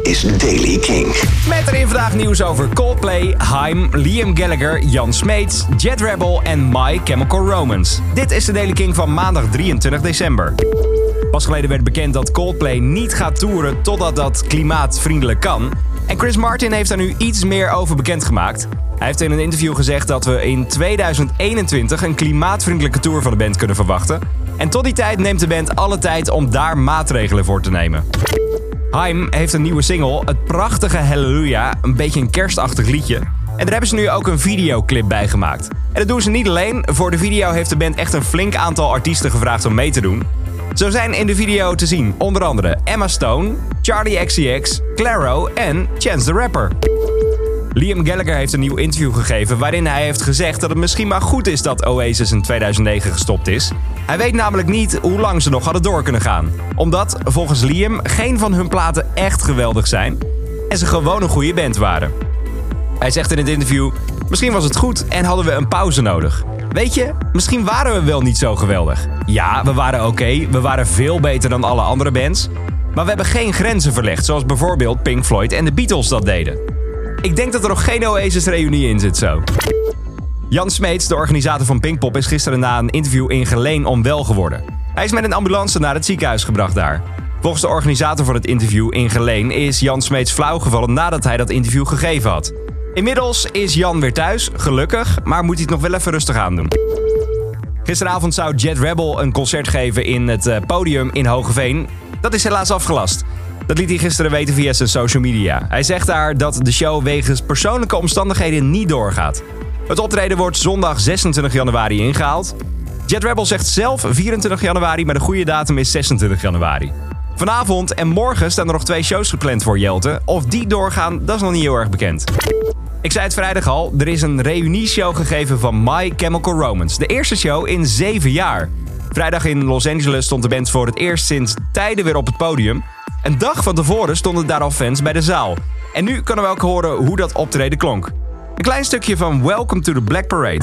is Daily Kink. Met erin vandaag nieuws over Coldplay, Haim, Liam Gallagher, Jan Smeets, Jet Rebel en My Chemical Romance. Dit is de Daily Kink van maandag 23 december. Pas geleden werd bekend dat Coldplay niet gaat toeren totdat dat klimaatvriendelijk kan. En Chris Martin heeft daar nu iets meer over bekendgemaakt. Hij heeft in een interview gezegd dat we in 2021 een klimaatvriendelijke tour van de band kunnen verwachten. En tot die tijd neemt de band alle tijd om daar maatregelen voor te nemen. Haim heeft een nieuwe single, het prachtige Hallelujah, een beetje een kerstachtig liedje. En daar hebben ze nu ook een videoclip bij gemaakt. En dat doen ze niet alleen. Voor de video heeft de band echt een flink aantal artiesten gevraagd om mee te doen. Zo zijn in de video te zien onder andere Emma Stone, Charlie XCX, Clairo en Chance the Rapper. Liam Gallagher heeft een nieuw interview gegeven waarin hij heeft gezegd dat het misschien maar goed is dat Oasis in 2009 gestopt is. Hij weet namelijk niet hoe lang ze nog hadden door kunnen gaan. Omdat, volgens Liam, geen van hun platen echt geweldig zijn en ze gewoon een goede band waren. Hij zegt in het interview, misschien was het goed en hadden we een pauze nodig. Weet je, misschien waren we wel niet zo geweldig. Ja, we waren oké, we waren veel beter dan alle andere bands. Maar we hebben geen grenzen verlegd, zoals bijvoorbeeld Pink Floyd en de Beatles dat deden. Ik denk dat er nog geen Oasis-reunie in zit zo. Jan Smeets, de organisator van Pinkpop, is gisteren na een interview in Geleen onwel geworden. Hij is met een ambulance naar het ziekenhuis gebracht daar. Volgens de organisator van het interview in Geleen is Jan Smeets flauw gevallen nadat hij dat interview gegeven had. Inmiddels is Jan weer thuis, gelukkig, maar moet hij het nog wel even rustig aan doen. Gisteravond zou Jet Rebel een concert geven in het Podium in Hoogeveen. Dat is helaas afgelast. Dat liet hij gisteren weten via zijn social media. Hij zegt daar dat de show wegens persoonlijke omstandigheden niet doorgaat. Het optreden wordt zondag 26 januari ingehaald. Jet Rebel zegt zelf 24 januari, maar de goede datum is 26 januari. Vanavond en morgen staan er nog 2 shows gepland voor Jelte. Of die doorgaan, dat is nog niet heel erg bekend. Ik zei het vrijdag al, er is een reunieshow gegeven van My Chemical Romance. De eerste show in 7 jaar. Vrijdag in Los Angeles stond de band voor het eerst sinds tijden weer op het podium. Een dag van tevoren stonden daar al fans bij de zaal. En nu kunnen we ook horen hoe dat optreden klonk. Een klein stukje van Welcome to the Black Parade.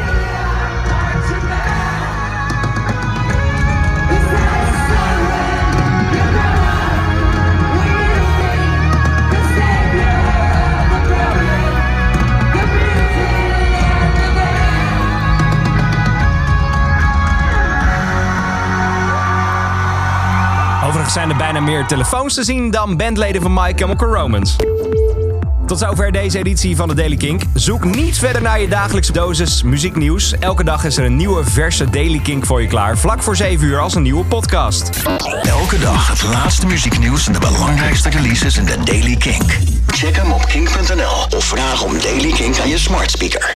Overigens zijn er bijna meer telefoons te zien dan bandleden van My Chemical Romance. Tot zover deze editie van de Daily Kink. Zoek niet verder naar je dagelijkse dosis muzieknieuws. Elke dag is er een nieuwe verse Daily Kink voor je klaar. Vlak voor 7 uur als een nieuwe podcast. Elke dag het laatste muzieknieuws en de belangrijkste releases in de Daily Kink. Check hem op kink.nl of vraag om Daily Kink aan je smart speaker.